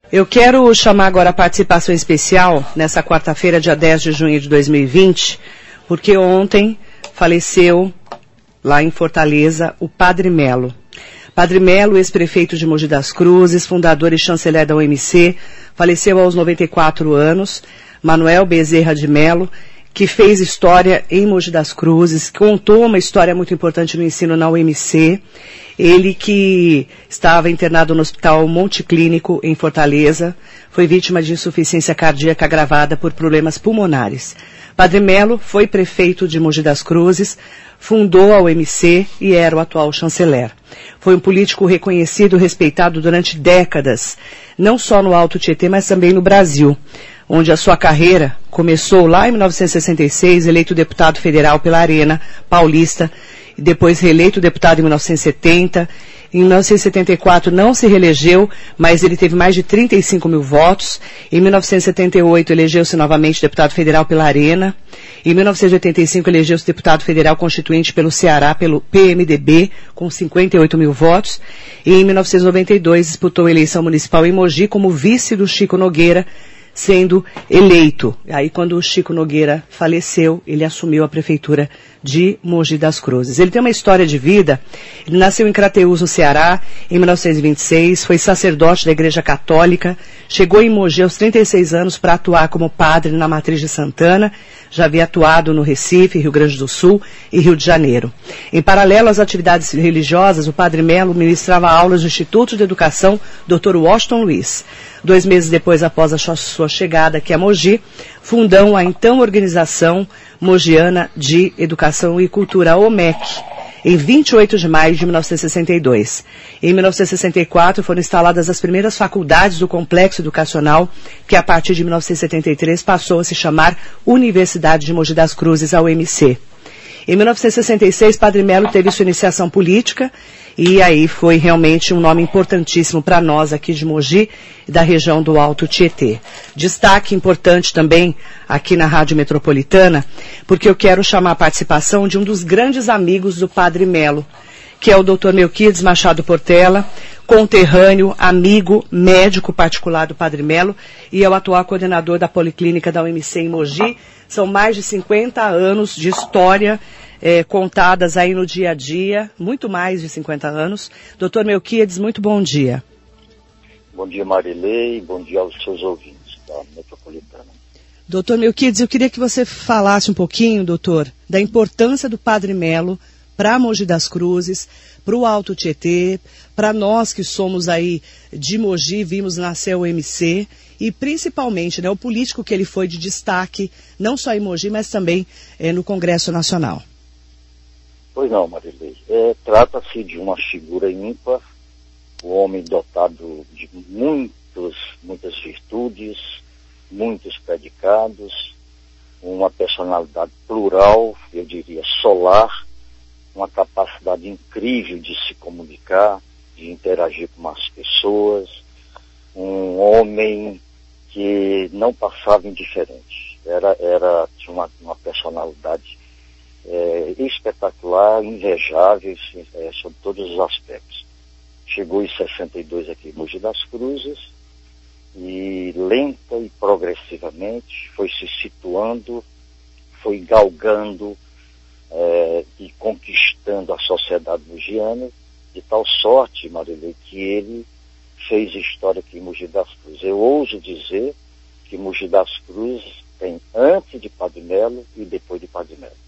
Eu quero chamar agora a participação especial nessa quarta-feira, dia 10 de junho de 2020, porque ontem faleceu lá em Fortaleza o Padre Melo. Padre Melo, ex-prefeito de Mogi das Cruzes, fundador e chanceler da UMC, faleceu aos 94 anos. Manuel Bezerra de Melo, que fez história em Mogi das Cruzes, contou uma história muito importante no ensino na UMC. Ele que estava internado no Hospital Monte-Clínico, em Fortaleza, foi vítima de insuficiência cardíaca agravada por problemas pulmonares. Padre Melo foi prefeito de Mogi das Cruzes, fundou a UMC e era o atual chanceler. Foi um político reconhecido e respeitado durante décadas, não só no Alto Tietê, mas também no Brasil, onde a sua carreira começou lá em 1966, eleito deputado federal pela Arena Paulista, e depois reeleito deputado em 1970. Em 1974 não se reelegeu, mas ele teve mais de 35 mil votos. Em 1978 elegeu-se novamente deputado federal pela Arena. Em 1985 elegeu-se deputado federal constituinte pelo Ceará, pelo PMDB, com 58 mil votos. E em 1992 disputou a eleição municipal em Mogi como vice do Chico Nogueira, sendo eleito. Aí, quando o Chico Nogueira faleceu, ele assumiu a prefeitura de Mogi das Cruzes. Ele tem uma história de vida. Ele nasceu em Crateús, no Ceará, em 1926, foi sacerdote da Igreja Católica, chegou em Mogi aos 36 anos para atuar como padre na Matriz de Santana, já havia atuado no Recife, Rio Grande do Sul e Rio de Janeiro. Em paralelo às atividades religiosas, o Padre Melo ministrava aulas no Instituto de Educação Dr. Washington Luiz. 2 meses depois, após a sua chegada aqui a Mogi, fundam a então Organização Mogiana de Educação e Cultura, a OMEC, em 28 de maio de 1962. Em 1964 foram instaladas as primeiras faculdades do complexo educacional, que a partir de 1973 passou a se chamar Universidade de Mogi das Cruzes, a UMC. Em 1966, Padre Melo teve sua iniciação política e aí foi realmente um nome importantíssimo para nós aqui de Mogi e da região do Alto Tietê. Destaque importante também aqui na Rádio Metropolitana, porque eu quero chamar a participação de um dos grandes amigos do Padre Melo, que é o Dr. Melquiades Machado Portela, conterrâneo, amigo, médico particular do Padre Melo e é o atual coordenador da Policlínica da UMC em Mogi. São mais de 50 anos de história contadas aí no dia a dia, muito mais de 50 anos. Doutor Melquiades, muito bom dia. Bom dia, Marilei, bom dia aos seus ouvintes da Metropolitana. Doutor Melquiades, eu queria que você falasse um pouquinho, doutor, da importância do Padre Melo para Mogi das Cruzes, para o Alto Tietê, para nós que somos aí de Mogi, vimos nascer o UMC, e principalmente, né, o político que ele foi de destaque, não só em Mogi, mas também no Congresso Nacional. Pois não, Marilei. Trata-se de uma figura ímpar, um homem dotado de muitas virtudes, muitos predicados, uma personalidade plural, eu diria solar, uma capacidade incrível de se comunicar, de interagir com as pessoas, um homem que não passava indiferente. Tinha uma personalidade espetacular, invejável, sob todos os aspectos. Chegou em 62 aqui em Mogi das Cruzes e lenta e progressivamente foi se situando, foi galgando e conquistando a sociedade mogiana, de tal sorte, Marilei, que ele fez história aqui em Mogi das Cruzes. Eu ouso dizer que Mogi das Cruzes tem antes de Padre Melo e depois de Padre Melo.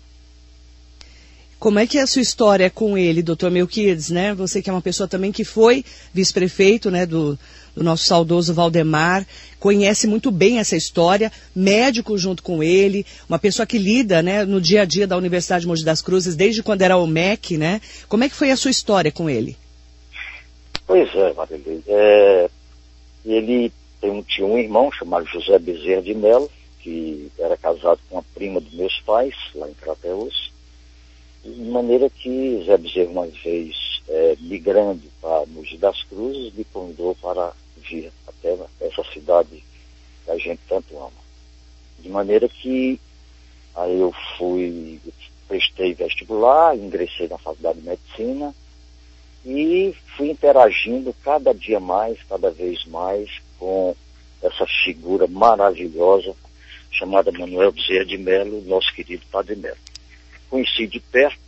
Como é que é a sua história com ele, doutor Melquiades, né? Você que é uma pessoa também que foi vice-prefeito, né, do nosso saudoso Valdemar, conhece muito bem essa história, médico junto com ele, uma pessoa que lida, né, no dia a dia da Universidade de Mogi das Cruzes, desde quando era o MEC, né? Como é que foi a sua história com ele? Pois é, Marilei. Ele tinha um irmão chamado José Bezerra de Melo, que era casado com uma prima dos meus pais, lá em Crateús. De maneira que Zé Bezerra, uma vez migrando para Mogi das Cruzes, me convidou para vir até essa cidade que a gente tanto ama. De maneira que aí eu prestei vestibular, ingressei na Faculdade de Medicina e fui interagindo cada dia mais, cada vez mais com essa figura maravilhosa chamada Manuel Bezerra de Mello, nosso querido Padre Mello. Conheci de perto,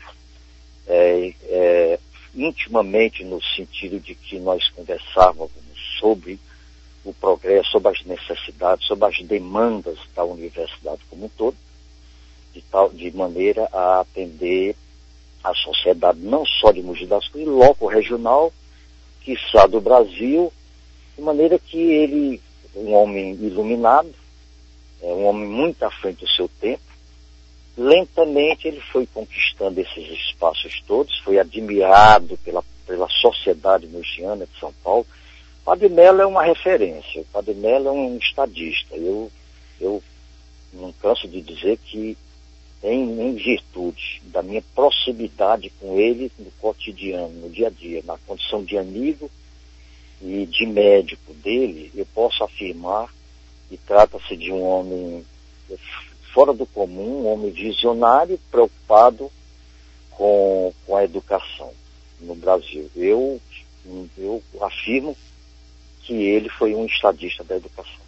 intimamente, no sentido de que nós conversávamos sobre o progresso, sobre as necessidades, sobre as demandas da universidade como um todo, de maneira a atender a sociedade não só de Mogi das Cruzes, loco regional, quiçá do Brasil, de maneira que ele, um homem iluminado, um homem muito à frente do seu tempo, lentamente ele foi conquistando esses espaços todos, foi admirado pela sociedade mogiana de São Paulo. Padre Mello é uma referência, Padre Mello é um estadista. Eu não canso de dizer que, em virtude da minha proximidade com ele no cotidiano, no dia a dia, na condição de amigo e de médico dele, eu posso afirmar que trata-se de um homem fora do comum, um homem visionário, preocupado com a educação no Brasil. Eu afirmo que ele foi um estadista da educação.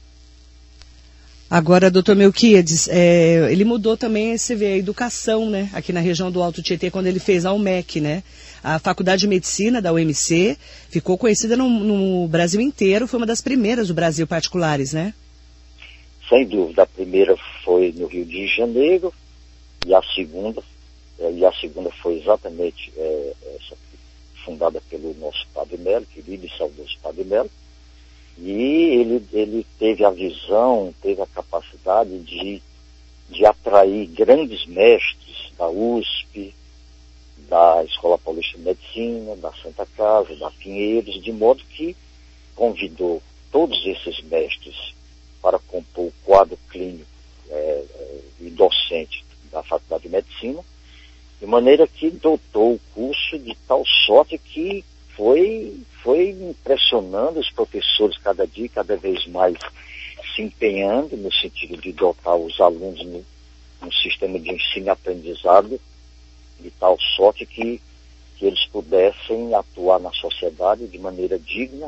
Agora, doutor Melquiades, ele mudou também, você vê, a educação, né, aqui na região do Alto Tietê, quando ele fez a UMEC, né? A Faculdade de Medicina da UMC ficou conhecida no Brasil inteiro, foi uma das primeiras do Brasil particulares, né? Sem dúvida, a primeira foi no Rio de Janeiro, e a segunda foi exatamente essa, fundada pelo nosso Padre Mello, querido e saudoso Padre Mello. E ele teve a visão, teve a capacidade de atrair grandes mestres da USP, da Escola Paulista de Medicina, da Santa Casa, da Pinheiros, de modo que convidou todos esses mestres para compor o quadro clínico e docente da Faculdade de Medicina, de maneira que dotou o curso de tal sorte que foi impressionando os professores cada dia, cada vez mais se empenhando no sentido de dotar os alunos num sistema de ensino e aprendizado de tal sorte que eles pudessem atuar na sociedade de maneira digna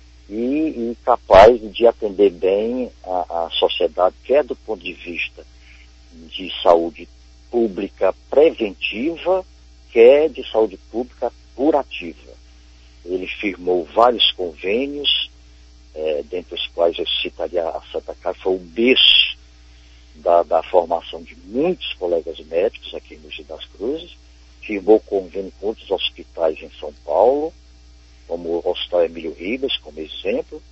e capaz de atender bem a sociedade, quer do ponto de vista de saúde pública preventiva, quer de saúde pública curativa. Ele firmou vários convênios, dentre os quais eu citaria a Santa Casa, foi o berço da formação de muitos colegas médicos aqui em Mogi das Cruzes, firmou convênio com outros hospitais em São Paulo, como o Hospital Emílio Ribas, como exemplo,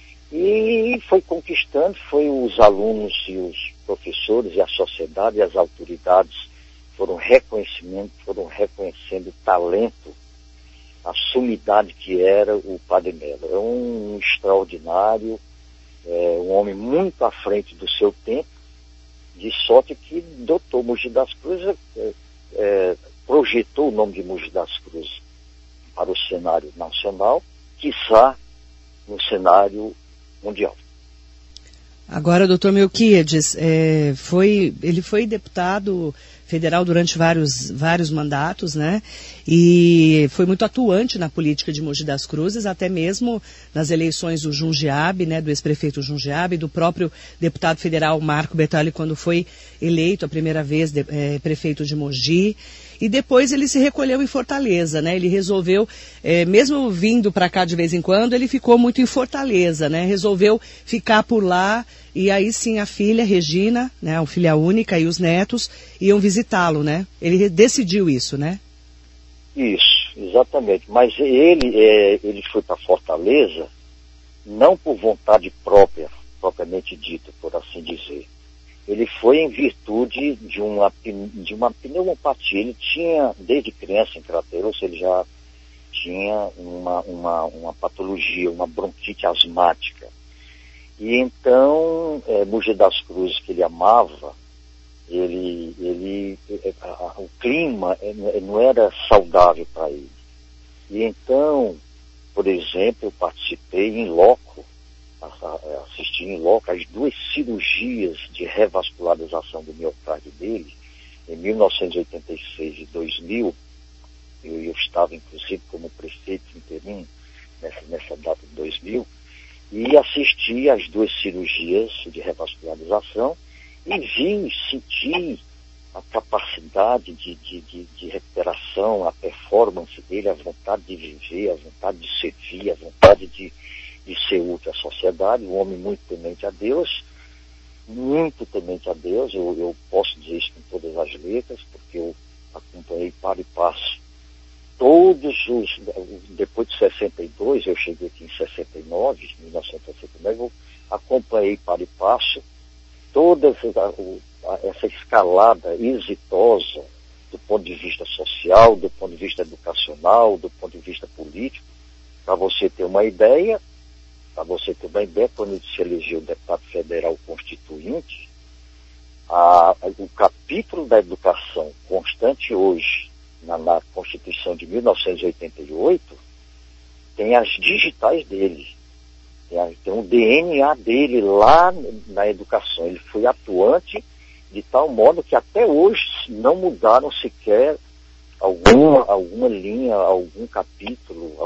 e foi conquistando, os alunos e os professores e a sociedade e as autoridades foram reconhecendo o talento, a sumidade que era o Padre Mello. É um extraordinário, um homem muito à frente do seu tempo, de sorte que dotou Mogi das Cruzes, projetou o nome de Mogi das Cruzes para o cenário nacional, quiçá no cenário mundial. Agora, doutor Melquiades, ele foi deputado federal durante vários mandatos, né? E foi muito atuante na política de Mogi das Cruzes, até mesmo nas eleições do Jundiabe, né? Do ex-prefeito Jundiabe, do próprio deputado federal Marco Bertoli, quando foi eleito a primeira vez prefeito de Mogi. E depois ele se recolheu em Fortaleza, né? Ele resolveu, mesmo vindo para cá de vez em quando, ele ficou muito em Fortaleza, né? Resolveu ficar por lá e aí sim a filha, Regina, né? A filha única e os netos iam visitá-lo, né? Ele decidiu isso, né? Isso, exatamente. Mas ele foi para Fortaleza não por vontade própria, propriamente dita, por assim dizer. Ele foi em virtude de uma pneumopatia. Ele tinha, desde criança em Crateus, ele já tinha uma patologia, uma bronquite asmática. E então, Mogi das Cruzes, que ele amava, o clima não era saudável para ele. E então, por exemplo, eu participei em loco, assisti em loco as 2 cirurgias de revascularização do miocárdio dele, em 1986 e 2000. Eu estava, inclusive, como prefeito interino nessa data de 2000. e assisti às 2 cirurgias de revascularização e vi, senti a capacidade de recuperação, a performance dele, a vontade de viver, a vontade de servir, a vontade de ser útil à sociedade, um homem muito temente a Deus, eu posso dizer isso com todas as letras, porque eu acompanhei para e passo depois de 62, eu cheguei aqui em 1969, eu acompanhei para e passo toda essa escalada exitosa do ponto de vista social, do ponto de vista educacional, do ponto de vista político. Para você ter uma ideia, quando ele se elegeu deputado federal constituinte, o capítulo da educação constante hoje, na Constituição de 1988, tem as digitais dele, tem o DNA dele lá na educação. Ele foi atuante de tal modo que até hoje não mudaram sequer alguma linha, algum capítulo,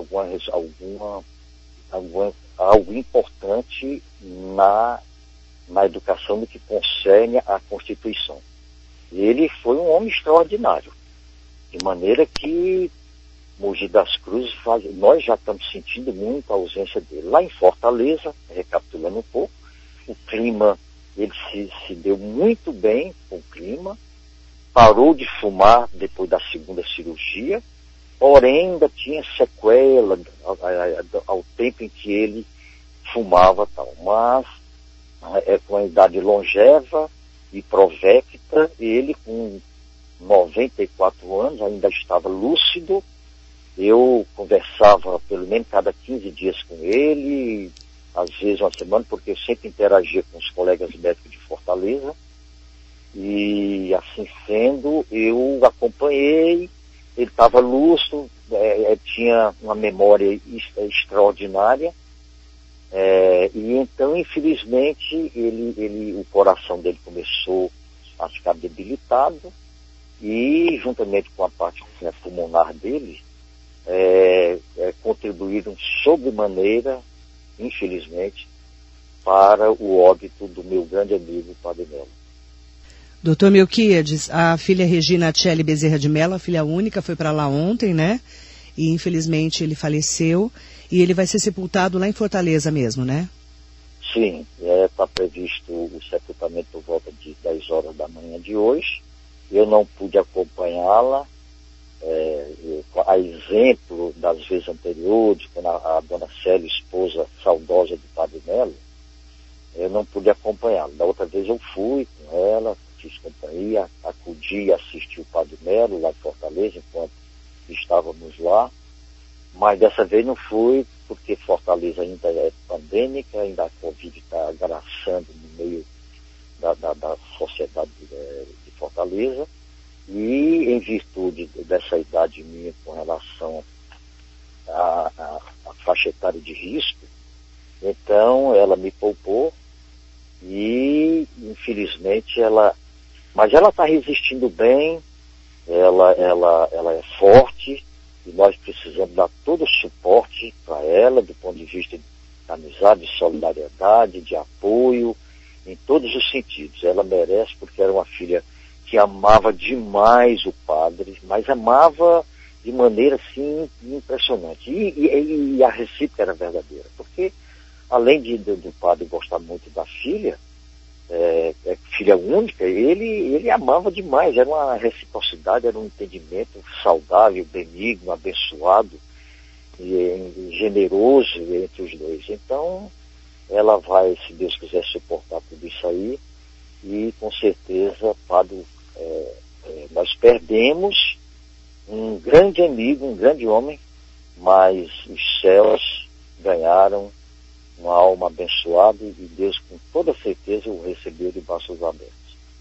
algo importante na educação no que concerne à Constituição. Ele foi um homem extraordinário, de maneira que Mogi das Cruzes, nós já estamos sentindo muito a ausência dele. Lá em Fortaleza, recapitulando um pouco, o clima, ele se deu muito bem com o clima, parou de fumar depois da 2ª cirurgia, porém ainda tinha sequela ao tempo em que ele fumava tal. Mas com a idade longeva e provecta, ele com 94 anos ainda estava lúcido. Eu conversava pelo menos cada 15 dias com ele, às vezes uma semana, porque eu sempre interagia com os colegas médicos de Fortaleza. E assim sendo, eu acompanhei, ele estava lúcido, tinha uma memória extraordinária. E então, infelizmente, o coração dele começou a ficar debilitado e, juntamente com a parte pulmonar dele, contribuíram sobremaneira, infelizmente, para o óbito do meu grande amigo Padre Melo. Doutor Melquiades, a filha Regina Tchelle Bezerra de Mello, a filha única, foi para lá ontem, né? E infelizmente ele faleceu. E ele vai ser sepultado lá em Fortaleza mesmo, né? Sim, está previsto o sepultamento por volta de 10 horas da manhã de hoje. Eu não pude acompanhá-la, a exemplo das vezes anteriores, quando a dona Célia, esposa saudosa do Padre Melo, eu não pude acompanhá-la. Da outra vez eu fui com ela, fiz companhia, acudi a assistir o Padre Melo lá em Fortaleza, enquanto estávamos lá. Mas dessa vez não fui, porque Fortaleza ainda é pandêmica, ainda a Covid está agraçando no meio da sociedade de Fortaleza. E em virtude dessa idade minha com relação à faixa etária de risco, então ela me poupou e infelizmente mas ela está resistindo bem, ela é forte. E nós precisamos dar todo o suporte para ela, do ponto de vista de amizade, de solidariedade, de apoio, em todos os sentidos. Ela merece, porque era uma filha que amava demais o padre, mas amava de maneira, assim, impressionante. E a recíproca era verdadeira, porque, além do padre gostar muito da filha, filha única, ele amava demais, era uma reciprocidade, era um entendimento saudável, benigno, abençoado e generoso entre os dois. Então, ela vai, se Deus quiser, suportar tudo isso aí e, com certeza, Padre, nós perdemos um grande amigo, um grande homem, mas os céus ganharam uma alma abençoada e Deus, com toda certeza, o recebeu de braços abertos.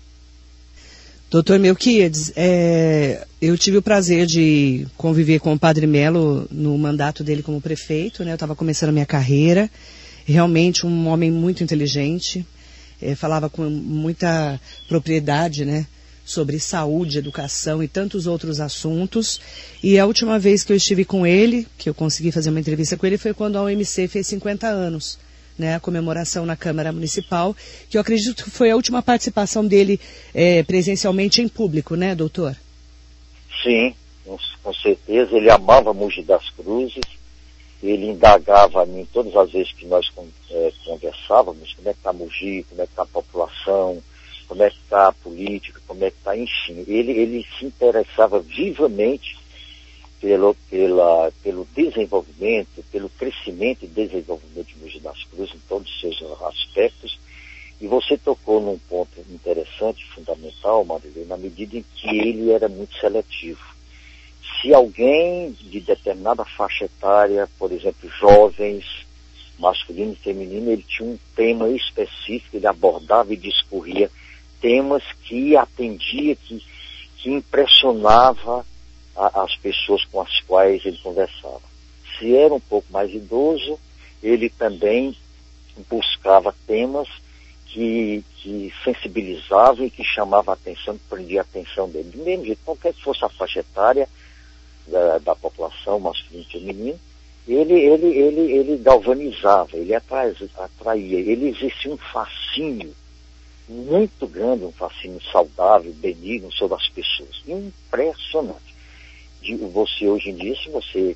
Doutor Melquiades, eu tive o prazer de conviver com o Padre Melo no mandato dele como prefeito, né? Eu estava começando a minha carreira, realmente um homem muito inteligente, falava com muita propriedade, né? Sobre saúde, educação e tantos outros assuntos. E a última vez que eu estive com ele, que eu consegui fazer uma entrevista com ele, foi quando a OMC fez 50 anos né, a comemoração na Câmara Municipal, que eu acredito que foi a última participação dele presencialmente em público, né, doutor? Sim, com certeza. Ele amava Mogi das Cruzes, ele indagava a mim todas as vezes que nós conversávamos, como é que está Mogi, como é que está a população, como é que está a política, como é que está, enfim. Ele se interessava vivamente pelo desenvolvimento, pelo crescimento e desenvolvimento de Mogi das Cruzes em todos os seus aspectos. E você tocou num ponto interessante, fundamental, Marilei, na medida em que ele era muito seletivo. Se alguém de determinada faixa etária, por exemplo, jovens, masculino e feminino, ele tinha um tema específico, ele abordava e discorria temas que atendia, que impressionava as pessoas com as quais ele conversava. Se era um pouco mais idoso, ele também buscava temas que sensibilizavam e que chamavam a atenção, que prendia a atenção dele. Do mesmo jeito, qualquer que fosse a faixa etária da população, masculino e feminino, ele galvanizava, ele atraía, ele exercia um fascínio muito grande, um fascínio saudável, benigno sobre as pessoas. Impressionante. Você, hoje em dia, se você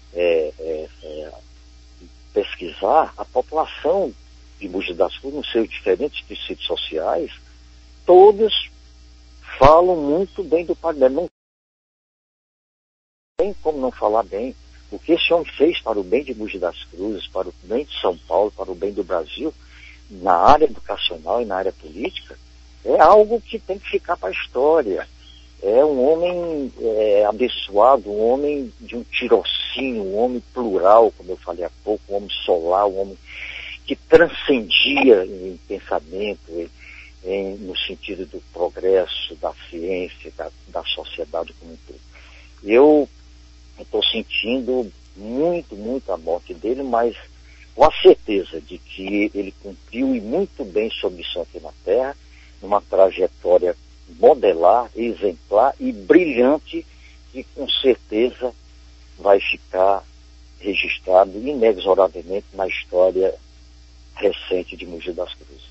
pesquisar, a população de Mogi das Cruzes, nos seus diferentes distritos sociais, todos falam muito bem do Padre Melo. Não tem como não falar bem. O que esse homem fez para o bem de Mogi das Cruzes, para o bem de São Paulo, para o bem do Brasil, na área educacional e na área política, é algo que tem que ficar para a história. É um homem abençoado, um homem de um tirocínio, um homem plural, como eu falei há pouco, um homem solar, um homem que transcendia em pensamento, no sentido do progresso, da ciência, da sociedade como um todo. Eu estou sentindo muito a morte dele, mas com a certeza de que ele cumpriu e muito bem sua missão aqui na Terra, numa trajetória modelar, exemplar e brilhante, que com certeza vai ficar registrado inexoravelmente na história recente de Mogi das Cruzes.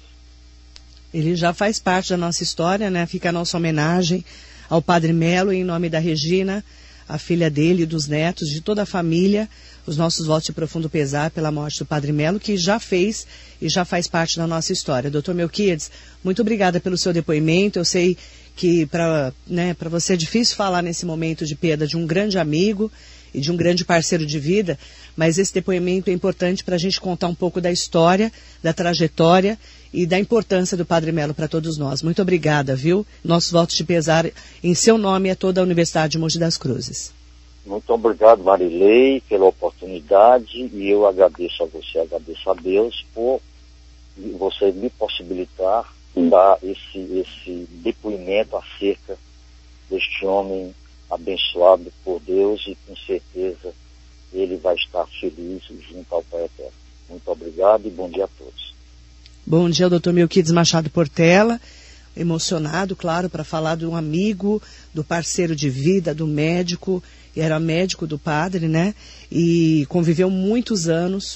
Ele já faz parte da nossa história, né? Fica a nossa homenagem ao Padre Melo, em nome da Regina, a filha dele e dos netos, de toda a família, os nossos votos de profundo pesar pela morte do Padre Melo, que já fez e já faz parte da nossa história. Doutor Melquiades, muito obrigada pelo seu depoimento. Eu sei que para você é difícil falar nesse momento de perda de um grande amigo e de um grande parceiro de vida, mas esse depoimento é importante para a gente contar um pouco da história, da trajetória e da importância do Padre Melo para todos nós. Muito obrigada, viu? Nossos votos de pesar em seu nome a toda a Universidade de Mogi das Cruzes. Muito obrigado, Marilei, pela oportunidade, e eu agradeço a você, agradeço a Deus por você me possibilitar dar esse depoimento acerca deste homem abençoado por Deus, e com certeza ele vai estar feliz junto ao Pai Eterno. Muito obrigado e bom dia a todos. Bom dia, doutor Melquiades Machado Portela, emocionado, claro, para falar de um amigo, do parceiro de vida, do médico, era médico do padre, né? E conviveu muitos anos,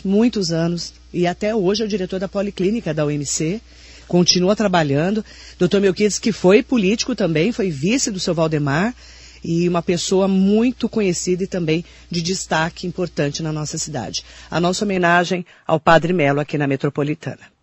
e até hoje é o diretor da Policlínica da UMC, continua trabalhando. Doutor Melquiades, que foi político também, foi vice do seu Valdemar, e uma pessoa muito conhecida e também de destaque importante na nossa cidade. A nossa homenagem ao Padre Melo aqui na Metropolitana.